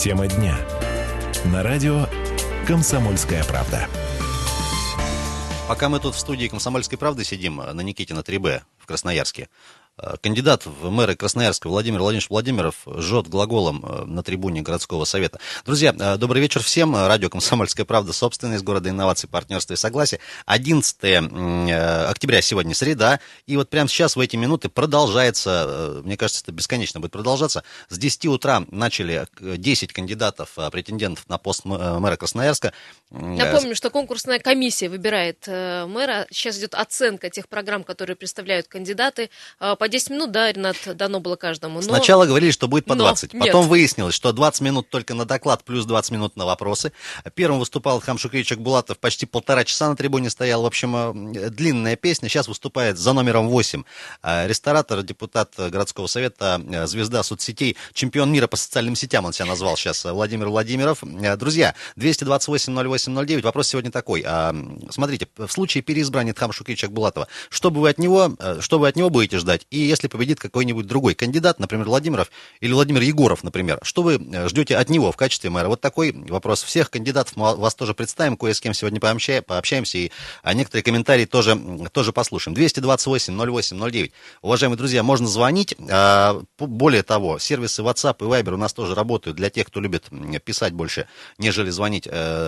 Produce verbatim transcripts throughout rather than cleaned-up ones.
Тема дня. На радио «Комсомольская правда». Пока мы тут в студии «Комсомольской правды» сидим на Никитина три Б в Красноярске, кандидат в мэры Красноярска Владимир Владимирович Владимиров жжет глаголом на трибуне городского совета. Друзья, добрый вечер всем. Радио «Комсомольская правда», собственное, из города инноваций, партнерства и согласия. одиннадцатое октября сегодня, среда. И вот прямо сейчас, в эти минуты, продолжается, мне кажется, это бесконечно будет продолжаться. С десяти утра начали десять кандидатов, претендентов на пост мэра Красноярска. Напомню, что конкурсная комиссия выбирает мэра. Сейчас идет оценка тех программ, которые представляют кандидаты. По десять минут, да, Ренат, дано было каждому. Но... Сначала говорили, что будет по двадцать. Но Потом нет. выяснилось, что двадцать минут только на доклад, плюс двадцать минут на вопросы. Первым выступал Илхам Шукриевич Акбулатов, почти полтора часа на трибуне стоял. В общем, длинная песня. Сейчас выступает за номером восемь ресторатор, депутат городского совета, звезда соцсетей, чемпион мира по социальным сетям, он себя назвал сейчас, Владимир Владимиров. Друзья, двести двадцать восемь ноль восемь ноль девять, вопрос сегодня такой. Смотрите, в случае переизбрания Илхама Шукриевича Акбулатова, что бы вы от него, что вы от него будете ждать? И если победит какой-нибудь другой кандидат, например, Владимиров или Владимир Егоров, например, что вы ждете от него в качестве мэра? Вот такой вопрос. Всех кандидатов мы вас тоже представим, кое с кем сегодня пообщаем, пообщаемся, и некоторые комментарии тоже, тоже послушаем. двести двадцать восемь ноль восемь ноль девять. Уважаемые друзья, можно звонить. Более того, сервисы WhatsApp и Viber у нас тоже работают для тех, кто любит писать больше, нежели звонить.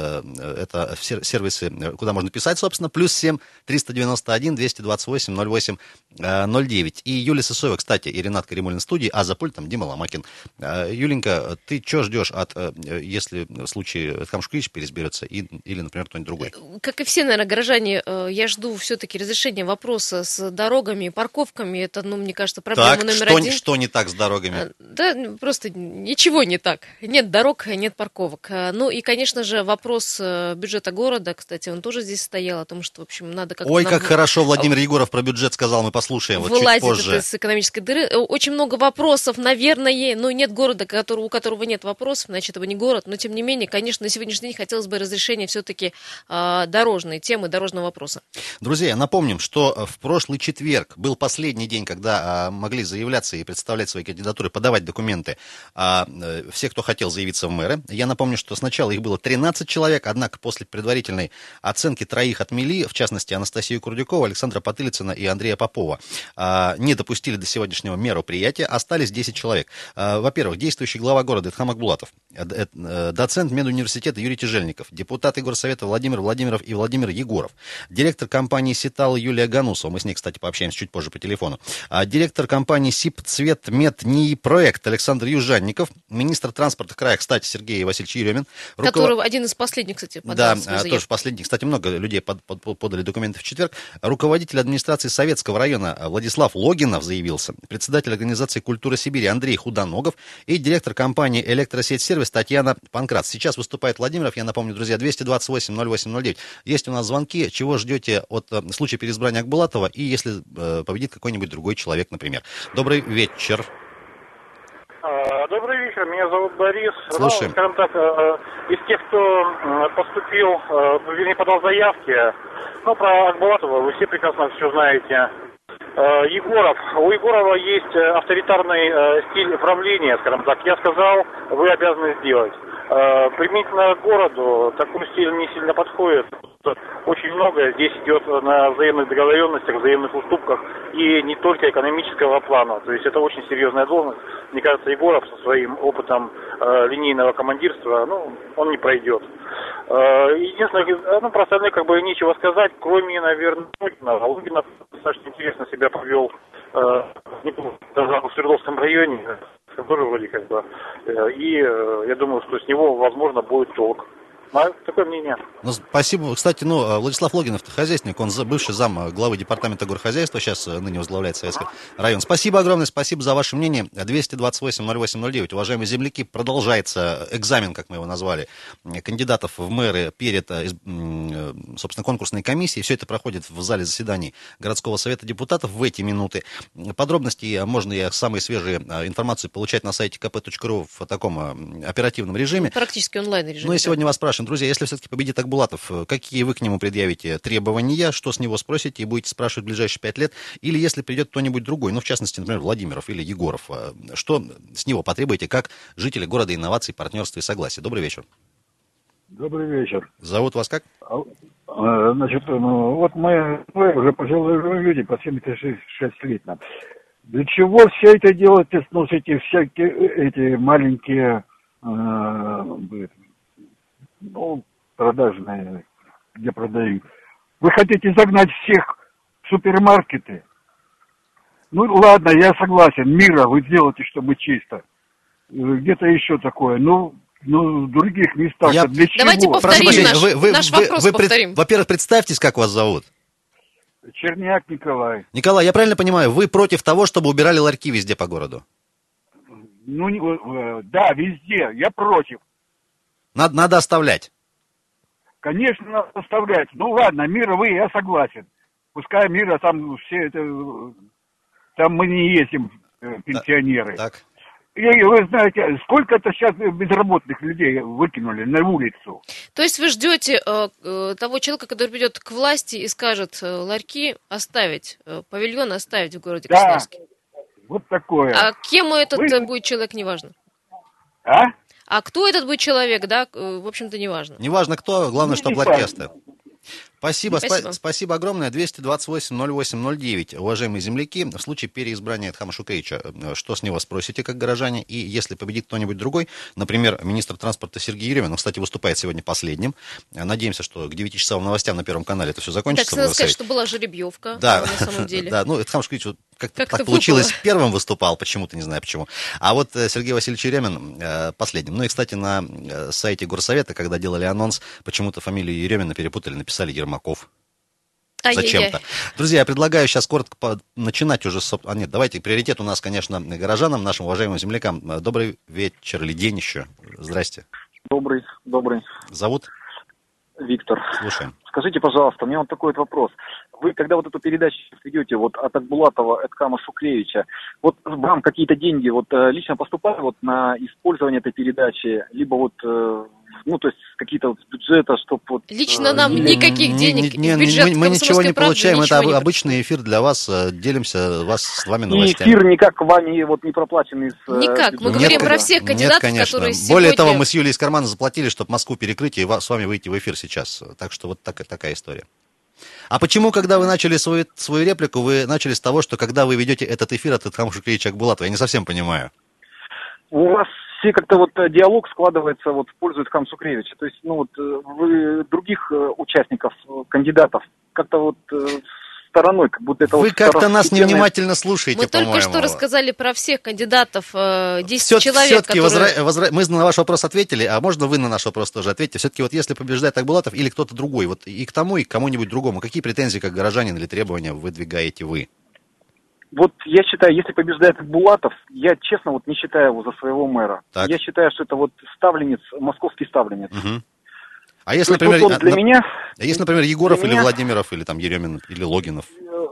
Это сервисы, куда можно писать, собственно. Плюс семь триста девяносто один двести двадцать восемь ноль восемь ноль девять. И Юлия Сысоева, кстати, и Ренат Каримуллин в студии, а за пультом Дима Ломакин. Юленька, ты что ждешь от, если в случае Илхам Шукриевич переизберется, и, или, например, кто-нибудь другой? Как и все, наверное, горожане, я жду все-таки разрешения вопроса с дорогами и парковками. Это, ну, мне кажется, проблема так, номер что, один. Что не так с дорогами? Да, просто ничего не так. Нет дорог, нет парковок. Ну и, конечно же, вопрос бюджета города, кстати, он тоже здесь стоял, о том, что, в общем, надо как-то... Ой, нам... как хорошо Владимир Егоров про бюджет сказал, мы послушаем вот чуть позже. С экономической дыры. Очень много вопросов, наверное, но нет города, который, у которого нет вопросов, значит, это не город, но тем не менее, конечно, на сегодняшний день хотелось бы разрешения все-таки э, дорожной темы, дорожного вопроса. Друзья, напомним, что в прошлый четверг был последний день, когда э, могли заявляться и представлять свои кандидатуры, подавать документы э, все, кто хотел заявиться в мэры. Я напомню, что сначала их было тринадцать человек, однако после предварительной оценки троих отмели, в частности, Анастасию Курдюкову, Александра Потылицына и Андрея Попова. Э, не допустили до сегодняшнего мероприятия, остались десять человек. Во-первых, действующий глава города Илхам Акбулатов, доцент медуниверситета Юрий Тяжельников, депутаты горсовета Владимир Владимиров и Владимир Егоров, директор компании «Ситал» Юлия Ганусова, мы с ней, кстати, пообщаемся чуть позже по телефону, директор компании «Сибцветмет-НИИ-проект» Александр Южанников, министр транспорта края, кстати, Сергей Васильевич Еремин. Руков... Который один из последних, кстати, подал Да, свою заявку. тоже последний. Кстати, много людей под, под, подали документы в четверг. Руководитель администрации Советского района Владислав Логинов заявился, председатель организации «Культура Сибири» Андрей Худоногов и директор компании «Электросеть Сервис» Татьяна Панкрат. Сейчас выступает Владимиров, я напомню, друзья, двести двадцать восемь ноль восемь ноль девять. Есть у нас звонки, чего ждете от э, случая переизбрания Акбулатова, и если э, победит какой-нибудь другой человек, например. Добрый вечер. Добрый вечер, меня зовут Борис. Слушаем. Ну, скажем так, из тех, кто поступил, вернее, подал заявки, ну, про Акбулатова вы все прекрасно все знаете. Егоров. У Егорова есть авторитарный стиль правления, скажем так. Я сказал, вы обязаны сделать. Применительно к городу такой стиль не сильно подходит. Очень многое здесь идет на взаимных договоренностях, взаимных уступках и не только экономического плана. То есть это очень серьезная должность. Мне кажется, Егоров со своим опытом э, линейного командирства, ну, он не пройдет. Э, единственное, ну, про остальных как бы нечего сказать, кроме, наверное, Логинова. Логинов достаточно интересно себя повел э, в Свердловском районе, тоже вроде как бы. Э, и э, я думаю, что с него, возможно, будет толк. Такое мнение. Ну, спасибо. Кстати, ну, Владислав Логинов, хозяйственник, он бывший зам главы департамента горхозяйства, сейчас ныне возглавляет Советский район. Спасибо огромное, спасибо за ваше мнение. двести двадцать восемь ноль восемь ноль девять. Уважаемые земляки, продолжается экзамен, как мы его назвали, кандидатов в мэры перед, собственно, конкурсной комиссией. Все это проходит в зале заседаний городского совета депутатов в эти минуты. Подробности можно и самые свежие информацию получать на сайте ка пэ точка ру в таком оперативном режиме. Практически онлайн режиме. Ну и сегодня вас спрашивают, согласен. Друзья, если все-таки победит Акбулатов, какие вы к нему предъявите требования, что с него спросите и будете спрашивать в ближайшие пять лет? Или если придет кто-нибудь другой, ну, в частности, например, Владимиров или Егоров, что с него потребуете как жители города инноваций, партнерства и согласия? Добрый вечер. Добрый вечер. Зовут вас как? Значит, ну, вот мы, мы уже пожилые люди, по семьдесят шесть лет нам. Для чего все это делаете, сносите всякие эти маленькие, э, ну, продажные, где продают. Вы хотите загнать всех в супермаркеты? Ну, ладно, я согласен, мира вы сделаете, чтобы чисто. Где-то еще такое, ну... Ну, в других местах. Я... Для чего? Давайте повторим наш, вы, вы, наш вы, вопрос. вы, повторим. Пред... Во-первых, представьтесь, как вас зовут. Черняк Николай. Николай, я правильно понимаю, вы против того, чтобы убирали ларьки везде по городу? Ну, да, везде. Я против. Надо, надо оставлять. Конечно, надо оставлять. Ну, ладно, мира вы, я согласен. Пускай мира там все это... Там мы не ездим, пенсионеры. Так. И вы знаете, сколько-то сейчас безработных людей выкинули на улицу. То есть вы ждете э, того человека, который придет к власти и скажет э, ларьки оставить, э, павильон оставить в городе Красноярске? Да, вот такое. А кем этот вы... будет человек, неважно. А? А кто этот будет человек, да, в общем-то, неважно. Неважно кто, главное, ну, чтобы ларьки оставил. Спасибо, Спасибо. Спа- спасибо огромное. двести двадцать восемь ноль восемь ноль девять. Уважаемые земляки, в случае переизбрания Эдхама Шукеевича, что с него спросите, как горожане? И если победит кто-нибудь другой, например, министр транспорта Сергей Еремин, он, кстати, выступает сегодня последним. Надеемся, что к девятичасовым новостям на Первом канале это все закончится. Так, надо сказать, что была жеребьевка, да, на самом деле. Да, ну, Эдхам Шукеевич как-то Как так это получилось, выпало. первым выступал, почему-то, не знаю почему. А вот Сергей Васильевич Еремин последним. Ну и, кстати, на сайте Горсовета, когда делали анонс, почему-то фамилию Еремина перепутали, написали Ермаков. Зачем-то. Друзья, я предлагаю сейчас коротко по- начинать уже... С... А нет, давайте, приоритет у нас, конечно, горожанам, нашим уважаемым землякам. Добрый вечер или день еще. Здрасте. Добрый, добрый. Зовут? Виктор. Слушаем. Скажите, пожалуйста, у меня вот такой вот вопрос. Вы, когда вот эту передачу ведете вот от Акбулатова, Эдхама Шукеевича, вот вам какие-то деньги вот лично поступают вот на использование этой передачи, либо вот, ну, то есть какие-то вот бюджета, чтобы вот... Лично нам никаких Не- денег не- в не- бюджет мы, мы ничего «Комсомольской не правды» получаем, ничего это не обычный эфир для вас, делимся вас с вами И новостями. эфир никак вами вот не проплачен из... э, Никак, мы бюджета? говорим Нет, про всех нет, кандидатов, конечно. которые Более сегодня... того, мы с Юлей из кармана заплатили, чтобы Москву перекрыть и ва- с вами выйти в эфир сейчас. Так что вот так, такая история. А почему, когда вы начали свою, свою реплику, вы начали с того, что когда вы ведете этот эфир от Эдхама Шукеевича Акбулатова? Я не совсем понимаю. У вас все как-то вот э, диалог складывается вот в пользу Эдхама Шукеевича. То есть, ну вот, э, вы других э, участников, э, кандидатов как-то вот э, стороной, как будто это Вы вот как-то нас второстепенное- невнимательно слушаете, Мы по-моему. только что рассказали про всех кандидатов, э, десять Все, человек, все-таки которые... возра... возра- мы на ваш вопрос ответили, а можно вы на наш вопрос тоже ответите? Все-таки вот если побеждает Акбулатов или кто-то другой, вот и к тому, и к кому-нибудь другому, какие претензии как горожанин или требования выдвигаете вы? Вот я считаю, если побеждает Булатов, я честно вот не считаю его за своего мэра. Так. Я считаю, что это вот ставленец, московский ставленец. Угу. А если, То есть например, вот он для на- меня, а если, например, Егоров для или меня- Владимиров, или там Еремин, или Логинов?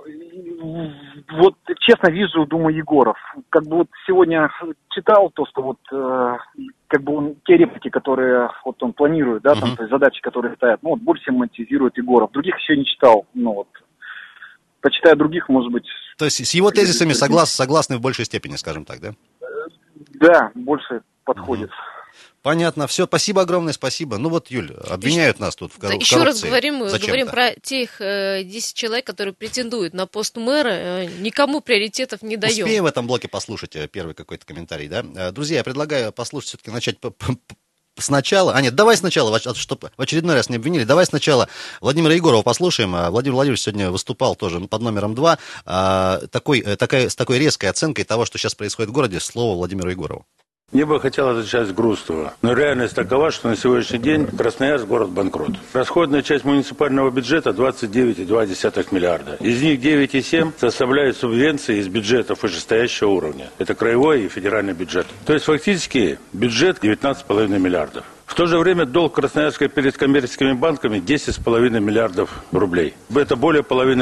э, вот честно вижу, думаю, Егоров. Как бы вот сегодня читал то, что вот э, как бы он, те реплики, которые вот он планирует, да, там, Мгм. то есть задачи, которые ставят, ну вот больше мотивирует Егоров. Других еще не читал, ну вот. Почитая других, может быть, То есть с его тезисами соглас, согласны в большей степени, скажем так, да? да, больше подходит. Понятно, все, спасибо огромное, спасибо. Ну вот, Юль, обвиняют нас тут в кор- Да, коррупции. еще раз говорим, мы Зачем-то. говорим про тех э, десять человек, которые претендуют на пост мэра, э, никому приоритетов не даем. Успеем в этом блоке послушать э, первый какой-то комментарий, да? Э, Друзья, я предлагаю послушать, все-таки начать по- по- сначала. А нет, давай сначала, чтобы в очередной раз не обвинили, давай сначала Владимира Егорова послушаем. А Владимир Владимирович сегодня выступал тоже под номером два, а, такой, э, такая, с такой резкой оценкой того, что сейчас происходит в городе. Слово Владимиру Егорову. Мне бы хотелось начать с грустного. Но реальность такова, что на сегодняшний день Красноярск – город-банкрот. Расходная часть муниципального бюджета двадцать девять целых два десятых миллиарда. Из них девять целых семь десятых составляют субвенции из бюджетов вышестоящего уровня. Это краевой и федеральный бюджет. То есть фактически бюджет девятнадцать целых пять десятых миллиардов. В то же время долг Красноярска перед коммерческими банками десять целых пять десятых миллиардов рублей. Это более половины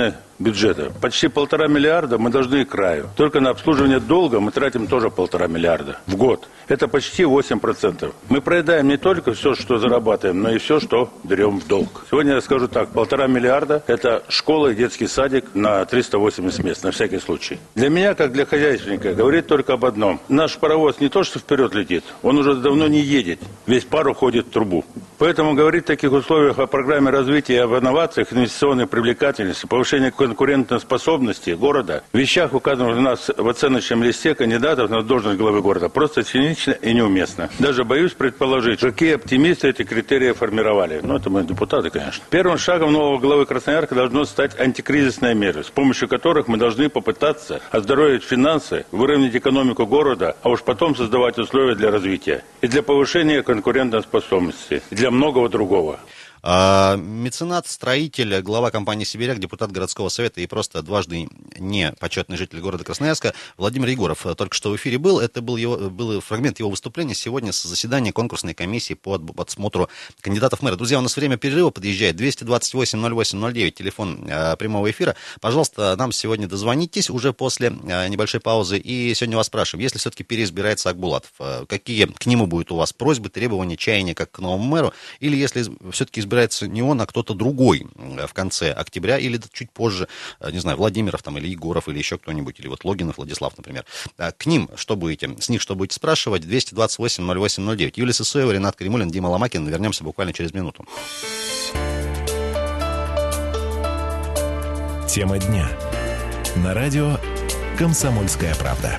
бюджета. Почти полтора миллиарда мы должны краю. Только на обслуживание долга мы тратим тоже полтора миллиарда в год. Это почти восемь процентов. Мы проедаем не только все, что зарабатываем, но и все, что берем в долг. Сегодня я скажу так, полтора миллиарда – это школа и детский садик на триста восемьдесят мест, на всякий случай. Для меня, как для хозяйственника, говорит только об одном. Наш паровоз не то, что вперед летит, он уже давно не едет. Весь пар уходит в трубу. Поэтому говорить в таких условиях о программе развития, об инновациях, инвестиционной привлекательности, повышении конкурентоспособности города, в вещах, указанных у нас в оценочном листе кандидатов на должность главы города, просто цинично и неуместно. Даже боюсь предположить, какие оптимисты эти критерии формировали. Ну, это мы депутаты, конечно. Первым шагом нового главы Красноярска должно стать антикризисные меры, с помощью которых мы должны попытаться оздоровить финансы, выровнять экономику города, а уж потом создавать условия для развития и для повышения конкурентоспособности, и для многого другого. А, меценат, строитель, глава компании «Сибиряк», депутат городского совета и просто дважды не почетный житель города Красноярска Владимир Егоров только что в эфире был. Это был, его, был фрагмент его выступления сегодня с заседания конкурсной комиссии по отсмотру кандидатов в мэры. Друзья, у нас время перерыва подъезжает. двести двадцать восемь ноль восемь ноль девять, телефон э, прямого эфира. Пожалуйста, нам сегодня дозвонитесь уже после э, небольшой паузы. И сегодня вас спрашиваем, если все-таки переизбирается Акбулатов, э, какие к нему будут у вас просьбы, требования, чаяния, как к новому мэру? Или если все-таки избирается не он, а кто-то другой в конце октября или чуть позже, не знаю, Владимиров там или Егоров или еще кто-нибудь, или вот Логинов, Владислав, например. К ним что будете, с них что будете спрашивать? двести двадцать восемь ноль восемь ноль девять. Юлия Сысоева, Ренат Каримулин, Дима Ломакин. Вернемся буквально через минуту. Тема дня. На радио «Комсомольская правда».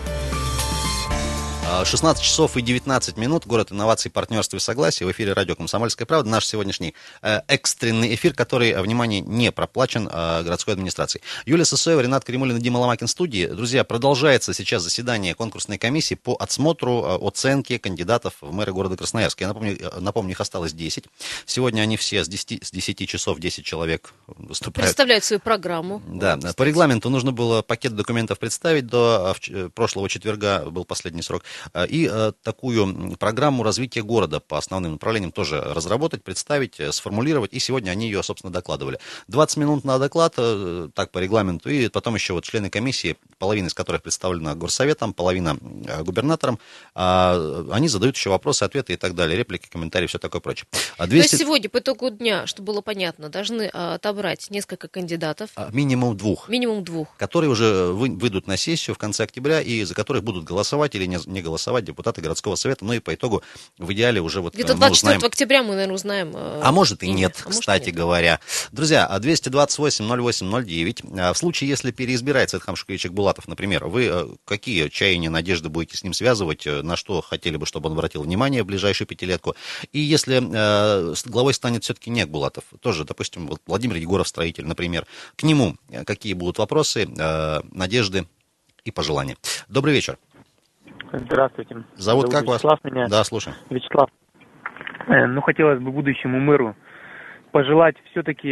шестнадцать часов и девятнадцать минут. Город инноваций, партнерства и согласия. В эфире радио «Комсомольская правда». Наш сегодняшний э, экстренный эфир, который, внимание, не проплачен э, городской администрацией. Юлия Сысоева, Ренат Каримулин и Дима Ломакин в студии. Друзья, продолжается сейчас заседание конкурсной комиссии по отсмотру, э, оценке кандидатов в мэры города Красноярска. Я напомню, напомню, их осталось десять. Сегодня они все с десяти, с десяти часов десять человек выступают. Представляют свою программу. Да, по регламенту нужно было пакет документов представить. До прошлого четверга был последний срок. И э, такую программу развития города по основным направлениям тоже разработать, представить, сформулировать. И сегодня они ее, собственно, докладывали. двадцать минут на доклад, э, так по регламенту. И потом еще вот члены комиссии, половина из которых представлена горсоветом, половина э, губернатором. Э, они задают еще вопросы, ответы и так далее. Реплики, комментарии, все такое прочее. двести... То есть сегодня по итогу дня, чтобы было понятно, должны э, отобрать несколько кандидатов. Минимум двух. Минимум двух. Которые уже вы, выйдут на сессию в конце октября и за которых будут голосовать или не, не голосовать. голосовать депутаты городского совета, ну и по итогу в идеале уже вот где-то двадцать четвёртого октября мы, наверное, узнаем. Э, а может и имя. нет, а кстати нет. говоря. Друзья, двести двадцать восемь ноль восемь ноль девять. В случае, если переизбирается Эдхам Шукриевич Акбулатов, например, вы какие чаяния, надежды будете с ним связывать, на что хотели бы, чтобы он обратил внимание в ближайшую пятилетку? И если э, главой станет все-таки не Акбулатов, тоже, допустим, вот Владимир Егоров, строитель, например, к нему какие будут вопросы, э, надежды и пожелания? Добрый вечер. Здравствуйте. Зовут, Зовут как Вячеслав вас? Меня. Да, слушаем. Вячеслав. Ну, хотелось бы будущему мэру пожелать все-таки,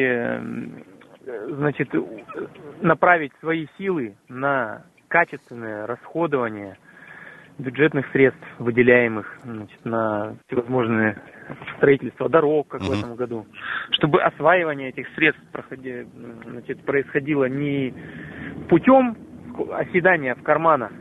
значит, направить свои силы на качественное расходование бюджетных средств, выделяемых, значит, на всевозможные строительство дорог, как uh-huh. в этом году, чтобы осваивание этих средств проходи, значит, происходило не путем оседания в карманах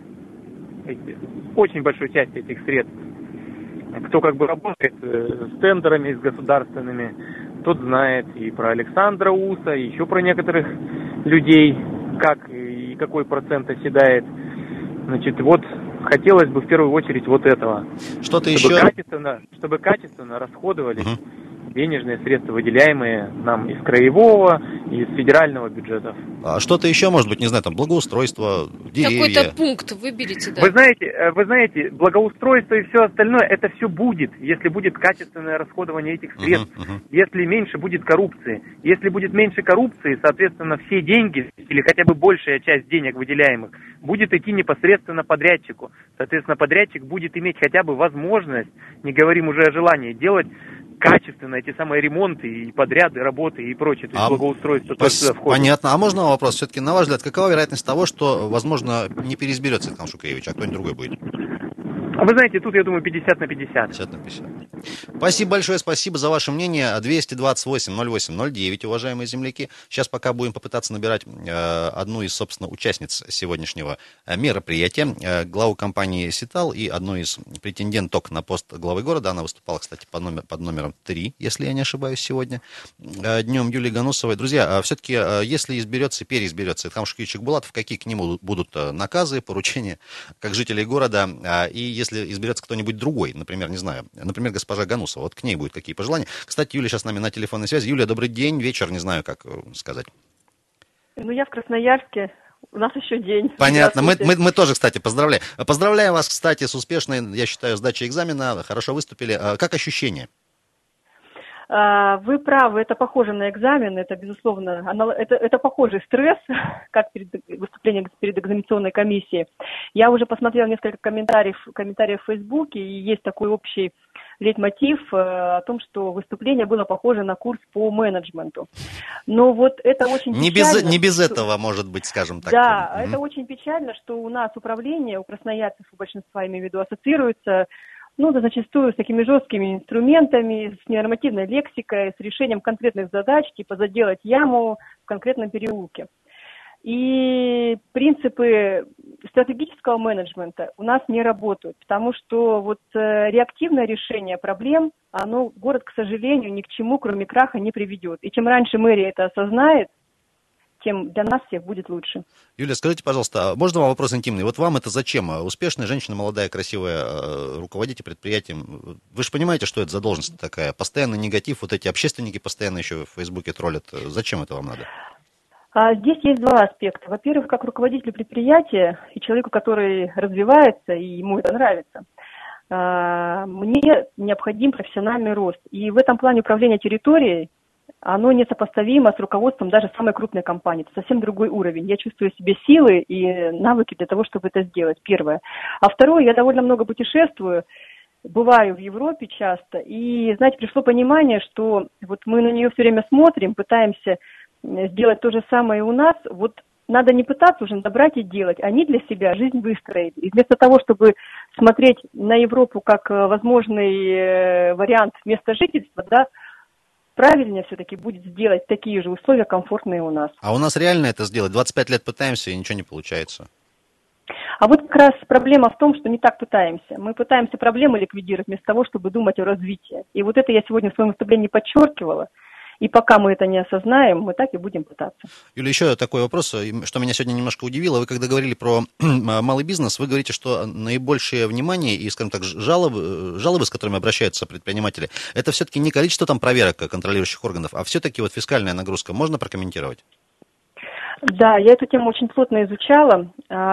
очень большой части этих средств. Кто как бы работает с тендерами, с государственными, тот знает и про Александра Уса, и еще про некоторых людей, как и какой процент оседает. Значит, вот хотелось бы в первую очередь вот этого. Что-то чтобы еще? Качественно, чтобы качественно расходовались uh-huh. денежные средства, выделяемые нам из краевого и из федерального бюджетов. А что-то еще, может быть, не знаю, там, благоустройство, деревья? Какой-то пункт выберите, да. Вы знаете, вы знаете, благоустройство и все остальное, это все будет, если будет качественное расходование этих средств, uh-huh, uh-huh. если меньше будет коррупции. Если будет меньше коррупции, соответственно, все деньги, или хотя бы большая часть денег выделяемых, будет идти непосредственно подрядчику. Соответственно, подрядчик будет иметь хотя бы возможность, не говорим уже о желании, делать качественно эти самые ремонты и подряды, работы и прочее, то есть а благоустройство тоже сюда входит. Понятно. А можно вопрос? Все-таки, на ваш взгляд, какова вероятность того, что, возможно, не переизберется Эдхам Шукриевич, а кто-нибудь другой будет? А вы знаете, тут, я думаю, пятьдесят на пятьдесят. пятьдесят на пятьдесят. Спасибо большое, спасибо за ваше мнение. двести двадцать восемь ноль восемь ноль девять, уважаемые земляки. Сейчас пока будем попытаться набирать э, одну из, собственно, участниц сегодняшнего э, мероприятия, э, главу компании «Ситал» и одну из претенденток на пост главы города. Она выступала, кстати, под, номер, под номером три, если я не ошибаюсь, сегодня, э, днем Юлии Ганусовой. Друзья, э, все-таки, э, если изберется, переизберется Эдхам Шукеевич Булатов, какие к нему будут э, наказы, поручения, как жителей города, э, и если изберется кто-нибудь другой, например, не знаю, например, госпожа Ганусова, вот к ней будет какие пожелания. Кстати, Юлия сейчас с нами на телефонной связи. Юлия, добрый день, вечер, не знаю, как сказать. Ну, я в Красноярске, у нас еще день. Понятно, мы, мы, мы тоже, кстати, поздравляем. Поздравляю вас, кстати, с успешной, я считаю, сдачей экзамена, хорошо выступили. Как ощущения? Вы правы, это похоже на экзамен, это, безусловно, это, это похожий стресс, как перед выступлением перед экзаменационной комиссией. Я уже посмотрела несколько комментариев, комментариев в Фейсбуке, и есть такой общий лейтмотив о том, что выступление было похоже на курс по менеджменту. Но вот это очень не печально. Без, не без что... этого, может быть, скажем так. Да, mm-hmm. это очень печально, что у нас управление, у красноярцев, у большинства, имею в виду, ассоциируется, ну, да, зачастую с такими жесткими инструментами, с ненормативной лексикой, с решением конкретных задач, типа заделать яму в конкретном переулке. И принципы стратегического менеджмента у нас не работают, потому что вот э, реактивное решение проблем, оно, город, к сожалению, ни к чему, кроме краха, не приведет. И чем раньше мэрия это осознает, тем для нас всех будет лучше. Юлия, скажите, пожалуйста, можно вам вопрос интимный? Вот вам это зачем? Успешная женщина, молодая, красивая, руководите предприятием. Вы же понимаете, что это за должность такая? Постоянный негатив, вот эти общественники постоянно еще в Фейсбуке троллят. Зачем это вам надо? А здесь есть два аспекта. Во-первых, как руководителю предприятия и человеку, который развивается, и ему это нравится, мне необходим профессиональный рост. И в этом плане управление территорией, оно несопоставимо с руководством даже самой крупной компании. Это совсем другой уровень. Я чувствую в себе силы и навыки для того, чтобы это сделать, первое. А второе, я довольно много путешествую, бываю в Европе часто, и, знаете, пришло понимание, что вот мы на нее все время смотрим, пытаемся сделать то же самое и у нас. Вот надо не пытаться уже добрать и делать. Они для себя жизнь выстроили. И вместо того, чтобы смотреть на Европу как возможный вариант места жительства, да, правильнее все-таки будет сделать такие же условия, комфортные у нас. А у нас реально это сделать? двадцать пять лет пытаемся, и ничего не получается. А вот как раз проблема в том, что не так пытаемся. Мы пытаемся проблемы ликвидировать вместо того, чтобы думать о развитии. И вот это я сегодня в своем выступлении подчеркивала. И пока мы это не осознаем, мы так и будем пытаться. Юля, еще такой вопрос, что меня сегодня немножко удивило. Вы когда говорили про малый бизнес, вы говорите, что наибольшее внимание и, скажем так, жалобы, жалобы, с которыми обращаются предприниматели, это все-таки не количество там проверок контролирующих органов, а все-таки вот фискальная нагрузка. Можно прокомментировать? Да, я эту тему очень плотно изучала,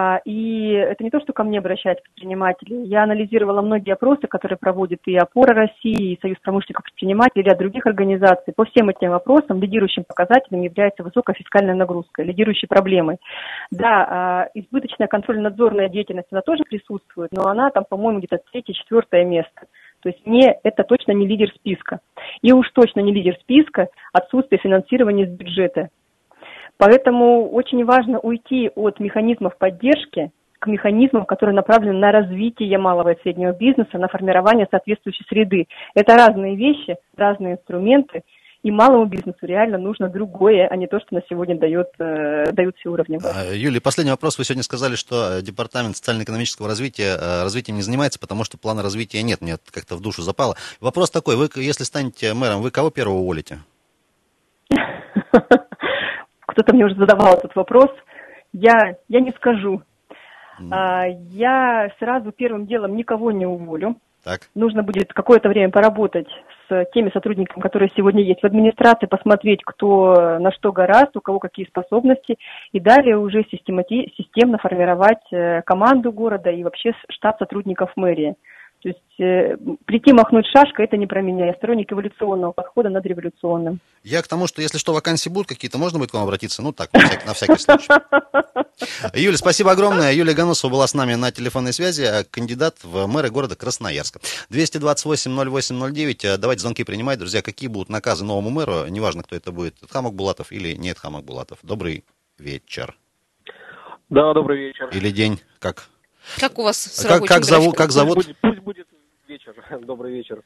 и это не то, что ко мне обращаются предприниматели. Я анализировала многие опросы, которые проводит и «Опора России», и Союз промышленников предпринимателей, и ряд других организаций. По всем этим вопросам лидирующим показателем является высокая фискальная нагрузка, лидирующей проблемой. Да, избыточная контрольно-надзорная деятельность, она тоже присутствует, но она там, по-моему, где-то третье-четвертое место. То есть не, это точно не лидер списка. И уж точно не лидер списка отсутствие финансирования из бюджета. Поэтому очень важно уйти от механизмов поддержки к механизмам, которые направлены на развитие малого и среднего бизнеса, на формирование соответствующей среды. Это разные вещи, разные инструменты, и малому бизнесу реально нужно другое, а не то, что на сегодня дает, э, дают все уровни. Юлия, последний вопрос. Вы сегодня сказали, что Департамент социально-экономического развития развитием не занимается, потому что плана развития нет. Мне как-то в душу запало. Вопрос такой. Вы, если станете мэром, вы кого первого уволите? Кто-то мне уже задавал этот вопрос. Я, я не скажу. Mm. А, я сразу первым делом никого не уволю. Так. Нужно будет какое-то время поработать с теми сотрудниками, которые сегодня есть в администрации, посмотреть, кто на что гораст, у кого какие способности, и далее уже системати- системно формировать команду города и вообще штат сотрудников мэрии. То есть э, прийти махнуть шашкой, это не про меня. Я сторонник эволюционного подхода над революционным. Я к тому, что если что, вакансии будут какие-то, можно будет к вам обратиться? Ну так, на всякий, на всякий случай. Юля, спасибо огромное. Юлия Ганусова была с нами на телефонной связи, кандидат в мэры города Красноярска. двести двадцать восемь ноль восемь ноль девять. Давайте звонки принимать. Друзья, какие будут наказы новому мэру? Неважно, кто это будет, Эдхам Акбулатов или не Эдхам Акбулатов. Добрый вечер. Да, добрый вечер. Или день, как... Как у вас с как, как, зовут, как зовут? Пусть будет, пусть будет вечер. Добрый вечер.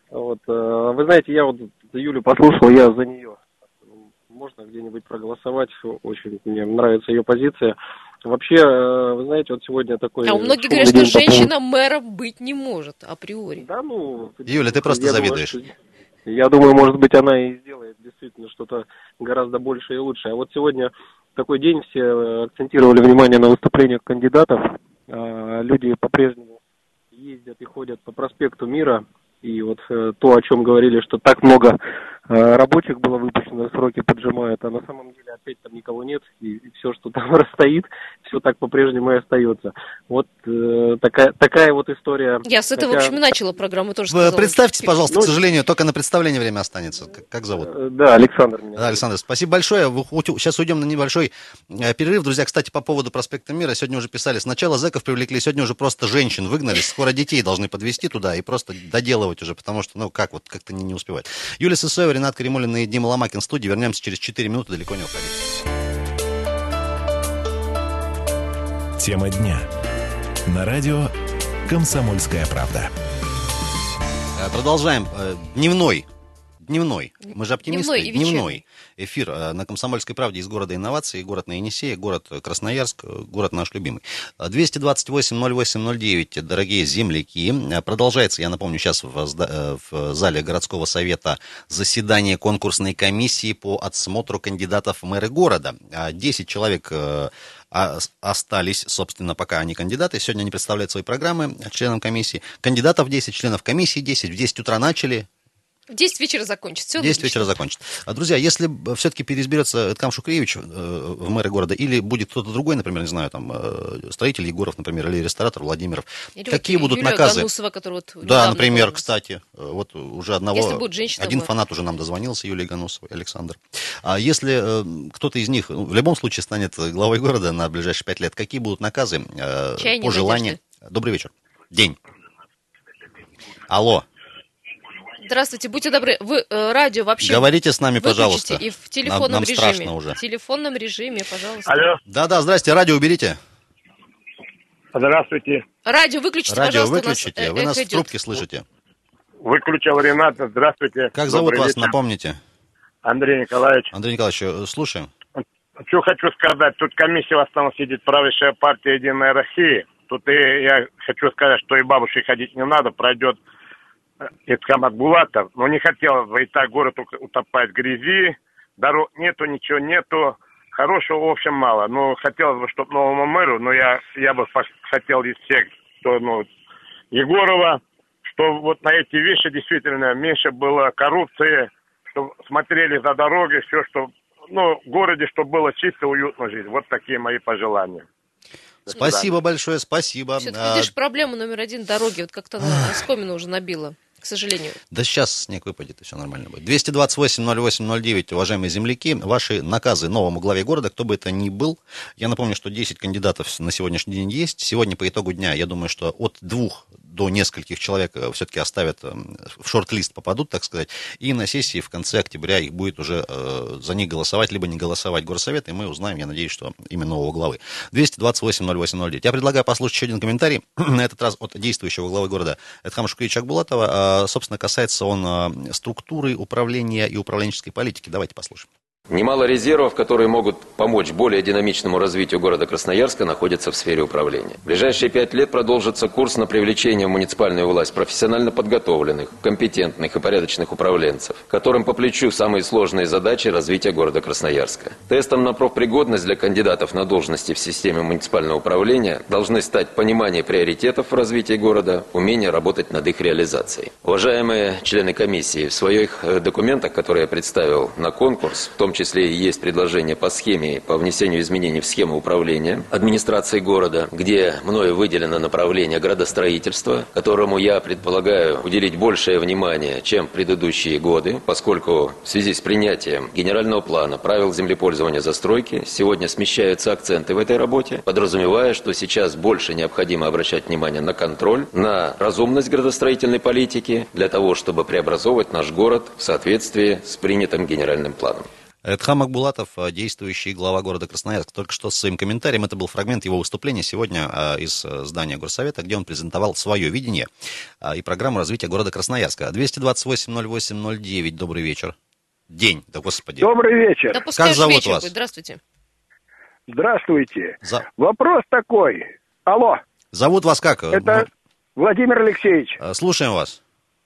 Вот, вы знаете, я вот Юлю послушал, я за нее. Можно где-нибудь проголосовать, очень мне нравится ее позиция. Вообще, вы знаете, вот сегодня такой... А у многих говорят, что женщина мэром быть не может, априори. Да, ну... Юля, ты просто завидуешь. Думаю, что, я думаю, может быть, она и сделает действительно что-то гораздо больше и лучше. А вот сегодня такой день, все акцентировали внимание на выступлениях кандидатов. Люди по-прежнему ездят и ходят по проспекту Мира. И вот то, о чем говорили, что так много рабочих было выпущено, сроки поджимают, а на самом деле опять там никого нет, и, и все, что там расстоит, все так по-прежнему и остается. Вот э, такая, такая вот история. Я с этого, Хотя... в общем, и начала программу тоже Вы сказала. Представьтесь, пожалуйста, ну, к сожалению, только на представление время останется. Как, как зовут? Да, Александр меня. Да, Александр, спасибо большое. Сейчас уйдем на небольшой перерыв. Друзья, кстати, по поводу проспекта Мира, сегодня уже писали, сначала зэков привлекли, сегодня уже просто женщин выгнали, скоро детей должны подвести туда и просто доделывать уже, потому что, ну, как вот, как-то не, не успевать. Юлия Сысоева, Ренат Каримуллин и Дима Ломакин в студии. Вернемся через четыре минуты, далеко не уходите. Тема дня. На радио «Комсомольская правда». Продолжаем. Дневной. Дневной. Мы же оптимисты. Дневной, Дневной эфир на «Комсомольской правде» из города инноваций. Город на Енисее, город Красноярск, город наш любимый. двести двадцать восемь ноль восемь ноль девять, дорогие земляки. Продолжается, я напомню, сейчас в, в зале городского совета заседание конкурсной комиссии по отсмотру кандидатов в мэры города. десять человек остались, собственно, пока они кандидаты. Сегодня они представляют свои программы членам комиссии. Кандидатов десять, членов комиссии десять. В десять утра начали. В десять вечера закончится. В десять вечера закончится. Друзья, если все-таки переизберется Эдкам Шукреевич в мэры города, или будет кто-то другой, например, не знаю, там, строитель Егоров, например, или ресторатор Владимиров, или какие вот будут Юлия наказы? Ганусова, которая вот да, например, кстати, вот уже одного, если будет женщина, один мэр. фанат уже нам дозвонился, Юлия Ганусова, Александр. А если кто-то из них в любом случае станет главой города на ближайшие пять лет, какие будут наказы Чай по желанию? Добрый вечер. День. Алло. Здравствуйте, будьте добры. Вы э, радио вообще говорите с нами, пожалуйста. И в телефонном нам, нам режиме. страшно уже. В телефонном режиме, пожалуйста. Алло. Да-да, здрасте, радио уберите. Здравствуйте. Радио выключите, радио пожалуйста. выключите, нас, вы нас идет. в трубке слышите. Выключил Ренат, здравствуйте. Как зовут Добрый вас, вечер. Напомните. Андрей Николаевич. Андрей Николаевич, слушаем. Что хочу сказать, тут комиссия в основном сидит правящая партия «Единая Россия». Тут и я хочу сказать, что и бабушке ходить не надо, пройдет Эдкам Акбулатов, но не хотел бы, и так город утопает в грязи, дорог нету, ничего нету, хорошего, в общем, мало. Но хотелось бы, чтобы новому мэру, но я, я бы хотел из всех, что, ну, Егорова, что вот на эти вещи действительно меньше было коррупции, чтобы смотрели за дорогой, все, что, ну, в городе, чтобы было чисто, уютно жить. Вот такие мои пожелания. Спасибо большое, спасибо. Все-таки, видишь, проблема номер один дороги, вот как-то она оскомину уже набила. К сожалению. Да сейчас снег выпадет, и все нормально будет. двести двадцать восемь ноль восемь ноль девять, уважаемые земляки, ваши наказы новому главе города, кто бы это ни был. Я напомню, что десять кандидатов на сегодняшний день есть. Сегодня по итогу дня, я думаю, что от двух до нескольких человек все-таки оставят, в шорт-лист попадут, так сказать. И на сессии в конце октября их будет уже э, за них голосовать, либо не голосовать горсовет, и мы узнаем, я надеюсь, что имя нового главы. двести двадцать восемь ноль восемь ноль девять. Я предлагаю послушать еще один комментарий, на этот раз от действующего главы города Эдкама Шукреевича Акбулатова. Э, собственно, касается он э, структуры управления и управленческой политики. Давайте послушаем. Немало резервов, которые могут помочь более динамичному развитию города Красноярска, находятся в сфере управления. В ближайшие пять лет продолжится курс на привлечение в муниципальную власть профессионально подготовленных, компетентных и порядочных управленцев, которым по плечу самые сложные задачи развития города Красноярска. Тестом на профпригодность для кандидатов на должности в системе муниципального управления должны стать понимание приоритетов в развитии города, умение работать над их реализацией. Уважаемые члены комиссии, в своих документах, которые я представил на конкурс, в том числе В числе и есть предложение по схеме, по внесению изменений в схему управления администрацией города, где мною выделено направление градостроительства, которому я предполагаю уделить большее внимание, чем в предыдущие годы, поскольку в связи с принятием генерального плана правил землепользования застройки сегодня смещаются акценты в этой работе, подразумевая, что сейчас больше необходимо обращать внимание на контроль, на разумность градостроительной политики для того, чтобы преобразовывать наш город в соответствии с принятым генеральным планом. Эдхам Акбулатов, действующий глава города Красноярск, только что с своим комментарием, это был фрагмент его выступления сегодня из здания Горсовета, где он презентовал свое видение и программу развития города Красноярска. двести двадцать восемь ноль восемь ноль девять, добрый вечер. День, да господи. Добрый вечер. Да пускай как зовут вечер вас? Будет. Здравствуйте. Здравствуйте. За... Вопрос такой. Алло. Зовут вас как? Это Владимир Алексеевич. Слушаем вас.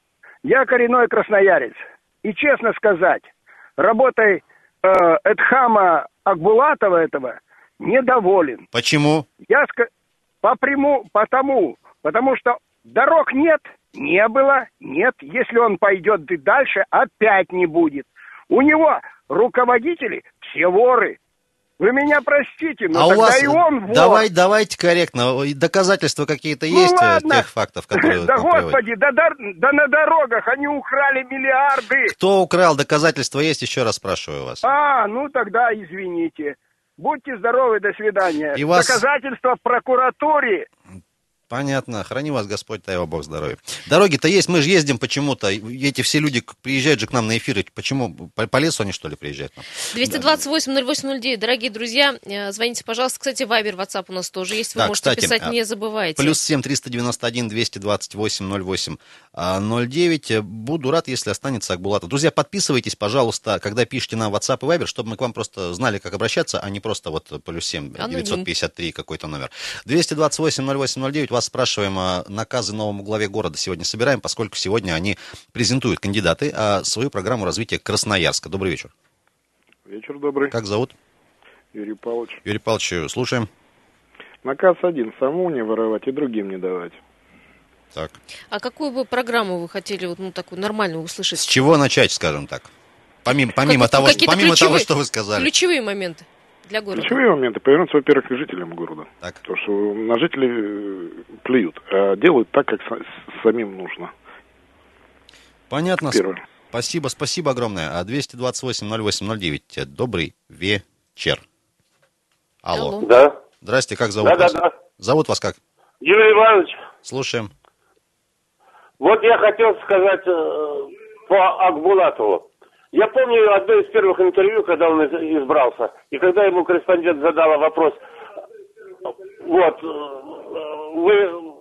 Я коренной красноярец. И честно сказать, работой э, Эдхама Акбулатова этого недоволен. Почему? Я ск... попряму, потому, потому что дорог нет, не было, нет. Если он пойдет и дальше, опять не будет. У него руководители все воры. Вы меня простите, но а тогда у вас... и он вор. Давай, давайте корректно. Доказательства какие-то ну есть ладно. тех фактов, которые... Да господи, да, да, да на дорогах они украли миллиарды. Кто украл? Доказательства есть? Еще раз спрашиваю вас. А, ну тогда извините. Будьте здоровы, до свидания. И вас... Доказательства в прокуратуре. Понятно. Храни вас Господь, дай его Бог здоровья. Дороги-то есть, мы же ездим почему-то. Эти все люди приезжают же к нам на эфиры. Почему? По, по лесу они, что ли, приезжают? двести двадцать восемь ноль восемь ноль девять. Дорогие друзья, звоните, пожалуйста. Кстати, Вайбер, WhatsApp у нас тоже есть. Вы да, можете кстати, писать, не забывайте. Плюс семь триста девяносто один двести двадцать восемь ноль восемь ноль девять. Буду рад, если останется Акбулатов. Друзья, подписывайтесь, пожалуйста, когда пишете на WhatsApp и Viber, чтобы мы к вам просто знали, как обращаться, а не просто вот плюс семь девятьсот пятьдесят три какой-то номер. двести двадцать восемь ноль восемь ноль девять. Вас спрашиваем наказы новому главе города сегодня собираем, поскольку сегодня они презентуют, кандидаты, свою программу развития Красноярска. Добрый вечер. Вечер добрый. Как зовут? Юрий Павлович. Юрий Павлович, слушаем. Наказ один, самому не воровать и другим не давать. Так. А какую бы программу вы хотели, вот, ну, такую нормальную услышать? С чего начать, скажем так? Помимо, помимо, как, того, помимо того, что вы сказали. Ключевые моменты для города. Ключевые моменты повернуться, во-первых, к жителям города. Так. Потому что на жителей плюют, а делают так, как самим нужно. Понятно. Первое. Спасибо, спасибо огромное. двести двадцать восемь ноль восемь ноль девять. Добрый вечер. Алло. Алло. Да. Здрасте, как зовут да, вас? Да, да. Зовут вас как? Юрий Иванович. Слушаем. Вот я хотел сказать э, по Акбулатову. Я помню одно из первых интервью, когда он избрался, и когда ему корреспондент задала вопрос, вот, вы,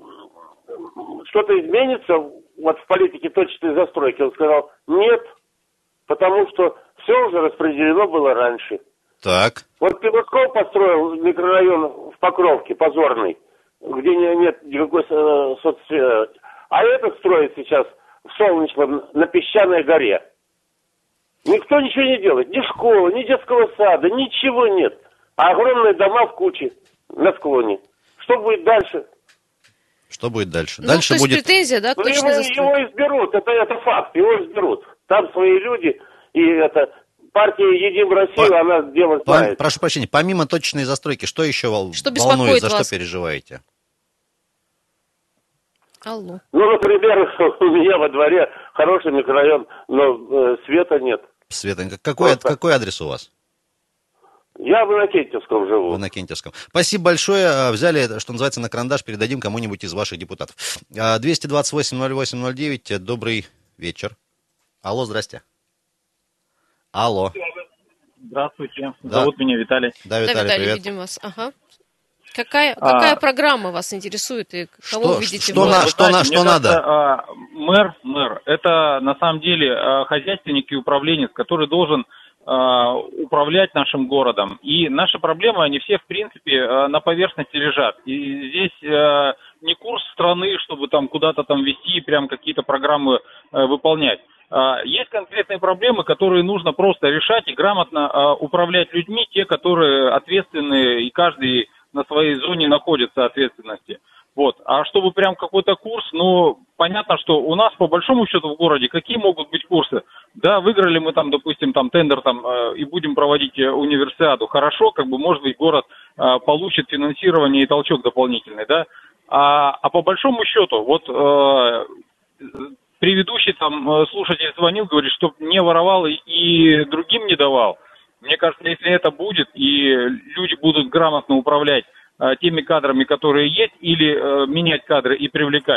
что-то изменится вот в политике точечной застройки? Он сказал, нет, потому что все уже распределено было раньше. Так. Вот Пивосков построил микрорайон в Покровке, позорный, где нет никакой соцсвязи, а этот строит сейчас в Солнечном на Песчаной горе. Никто ничего не делает. Ни школы, ни детского сада, ничего нет. А огромные дома в куче на склоне. Что будет дальше? Что будет дальше? Ну, дальше то есть будет... претензия, да, к ну, его, застройке? его изберут, это, это факт, его изберут. Там свои люди, и это... Партия «Едим Россию», По... она дело знает. Прошу прощения, помимо точечной застройки, что еще что волнует, за вас? что переживаете? Алло. Ну, например, у меня во дворе хороший микрорайон, но э, света нет. Света, какой, какой адрес у вас? Я в Иннокентьевском живу. В Иннокентьевском. Спасибо большое. Взяли, что называется, на карандаш, передадим кому-нибудь из ваших депутатов. двести двадцать восемь ноль восемь ноль девять. Добрый вечер. Алло, здрасте. Алло. Здравствуйте. Да. Зовут меня Виталий. Да, Виталий, да, Виталий, привет. видим вас. Ага. Какая, а, какая программа вас интересует и кого что, вы видите что, в на, что, на, что что надо? Кажется, мэр, мэр, это на самом деле хозяйственник и управленец, который должен управлять нашим городом. И наши проблемы, они все, в принципе, на поверхности лежат. И здесь не курс страны, чтобы там куда-то там вести и прям какие-то программы выполнять. Есть конкретные проблемы, которые нужно просто решать и грамотно управлять людьми, те, которые ответственны, и каждый на своей зоне находится ответственности. Вот. А чтобы прям какой-то курс, ну, понятно, что у нас, по большому счету, в городе, какие могут быть курсы? Да, выиграли мы там, допустим, там тендер там э, и будем проводить универсиаду. Хорошо, как бы, может быть, город э, получит финансирование и толчок дополнительный, да? А, а по большому счету, вот э, предыдущий там слушатель звонил, говорит, что не воровал и, и другим не давал. Мне кажется, если это будет, и люди будут грамотно управлять э, теми кадрами, которые есть, или э, менять кадры и привлекать,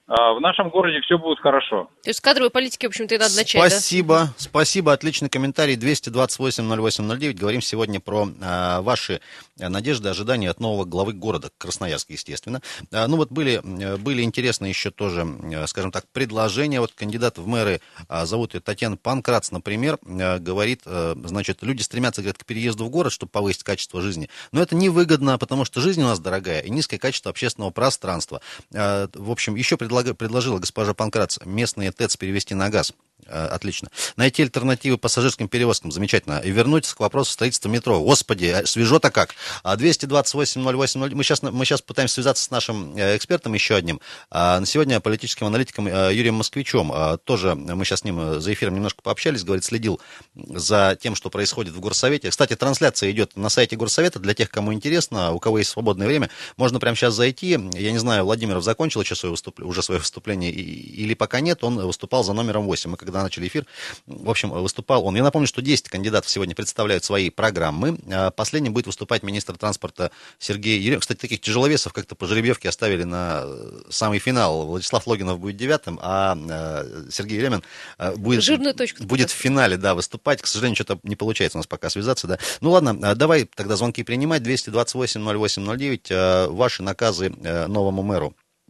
в нашем городе все будет хорошо. То есть кадровой политики, в общем-то, и надо начать, Спасибо, да? спасибо, отличный комментарий. двести двадцать восемь ноль восемь ноль девять. Говорим сегодня про а, ваши надежды, ожидания от нового главы города, Красноярска, естественно. А, ну вот были, были интересные еще тоже, скажем так, предложения. Вот кандидат в мэры, а, зовут ее Татьяна Панкрац, например, а, говорит, а, значит, люди стремятся, говорят, к переезду в город, чтобы повысить качество жизни. Но это невыгодно, потому что жизнь у нас дорогая и низкое качество общественного пространства. А, в общем, еще предложение предложила госпожа Панкрац местные ТЭЦ перевести на газ. Отлично. Найти альтернативы пассажирским перевозкам. Замечательно. И вернуться к вопросу строительства метро. Господи, свежо-то как. двести двадцать восемь ноль восемь ноль. Мы сейчас, мы сейчас пытаемся связаться с нашим экспертом еще одним. На сегодня политическим аналитиком Юрием Москвичем. Тоже мы сейчас с ним за эфиром немножко пообщались. Говорит, следил за тем, что происходит в Горсовете. Кстати, трансляция идет на сайте Горсовета. Для тех, кому интересно, у кого есть свободное время, можно прямо сейчас зайти. Я не знаю, Владимиров закончил еще свое выступление, уже свое выступление или пока нет. Он выступал за номером восемь. Мы когда начали эфир, в общем, выступал он. Я напомню, что десять кандидатов сегодня представляют свои программы. Последним будет выступать министр транспорта Сергей Еремин. Кстати, таких тяжеловесов как-то по жеребьевке оставили на самый финал. Владислав Логинов будет девятым, а Сергей Еремин будет, будет в финале, да, выступать. К сожалению, что-то не получается у нас пока связаться, да. Ну ладно, давай тогда звонки принимать. двести двадцать восемь ноль восемь ноль девять. Ваши наказы новому мэру.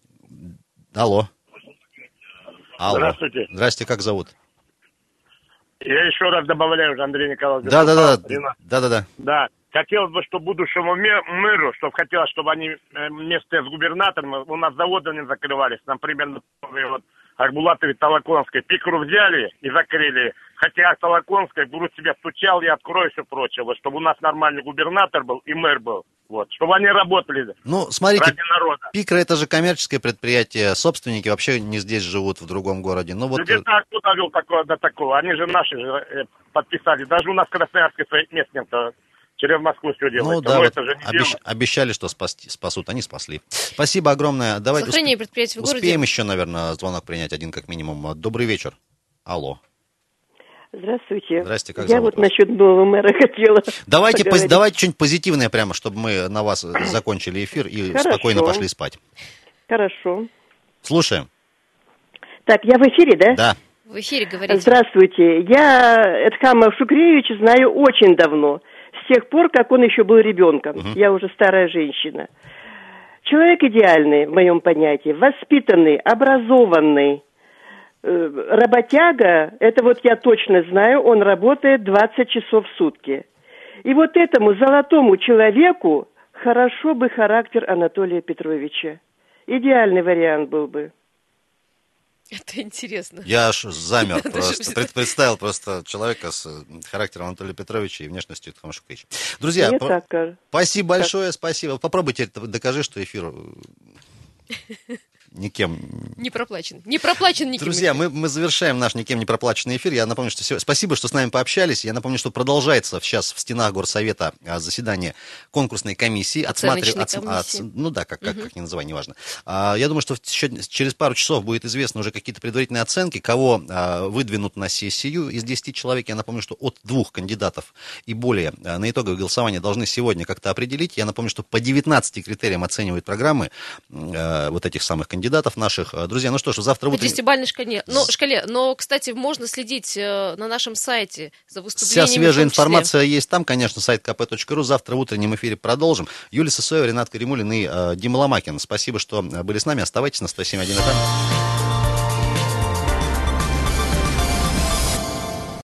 Алло. Алло. Здравствуйте. Здрасте, как зовут? Я еще раз добавляю, Андрей Николаевич. Да, да, да, да, да, да. Да. Хотелось бы, чтобы будущему мэру, чтобы хотелось, чтобы они вместе с губернатором, у нас заводы не закрывались, например, вот Акбулатове, Толоконской, Пикру взяли и закрыли. Хотя Толоконской, говорю, себя стучал, я открою все прочее, вот, чтобы у нас нормальный губернатор был и мэр был. Вот, чтобы они работали. Ну, смотрите, ради народа. Пикра — это же коммерческое предприятие, собственники вообще не здесь живут, в другом городе. Ну, вот... Где-то кто довел такое до такого? Они же наши же э, подписали. Даже у нас в Красноярске своих мест нет-то. Через Москву все делается. Ну, да, вот это же не обещ... обещали, что спасти, спасут, они спасли. Спасибо огромное. Давайте Сохранение усп... предприятий в городе. Успеем еще, наверное, звонок принять один как минимум. Добрый вечер. Алло. Здравствуйте. Здрасте, как Я зовут вот вас? насчет нового мэра хотела Давайте, поз... поговорить. давайте что-нибудь позитивное прямо, чтобы мы на вас закончили эфир и Хорошо. спокойно пошли спать. Хорошо. Слушаем. Так, я в эфире, да? Да. В эфире говорите. Здравствуйте. Я Эдхама Шукреевича знаю очень давно. С тех пор, как он еще был ребенком. Uh-huh. Я уже старая женщина. Человек идеальный, в моем понятии. Воспитанный, образованный. Работяга, это вот я точно знаю, он работает двадцать часов в сутки. И вот этому золотому человеку хорошо бы характер Анатолия Петровича. Идеальный вариант был бы. Это интересно. Я аж замер просто. Пред, представил просто человека с характером Анатолия Петровича и внешностью Эдхама Шукреевича. Друзья, Мне по... так кажется. Спасибо большое, спасибо. Попробуйте, докажи, что эфир никем... Не проплачен. Не проплачен никем. Друзья, мы, мы завершаем наш никем не проплаченный эфир. Я напомню, что сегодня... спасибо, что с нами пообщались. Я напомню, что продолжается сейчас в стенах Горсовета заседание конкурсной комиссии. Оценочной Отсматр... комиссии. От... Ну да, как, как, угу. как ни называй, неважно. А, я думаю, что еще через пару часов будет известно уже какие-то предварительные оценки, кого а, выдвинут на сессию из десяти человек. Я напомню, что от двух кандидатов и более а, на итоговое голосование должны сегодня как-то определить. Я напомню, что по девятнадцати критериям оценивают программы а, вот этих самых кандидатов наших. Друзья, ну что ж, завтра утром... По десятибалльной шкале. Но, шкале. Но, кстати, можно следить на нашем сайте за выступлениями. Вся свежая информация есть там, конечно, сайт ка пэ точка ру. Завтра в утреннем эфире продолжим. Юлия Сысоева, Ренат Каримулин и э, Дима Ломакин. Спасибо, что были с нами. Оставайтесь на сто семь и один эф эм.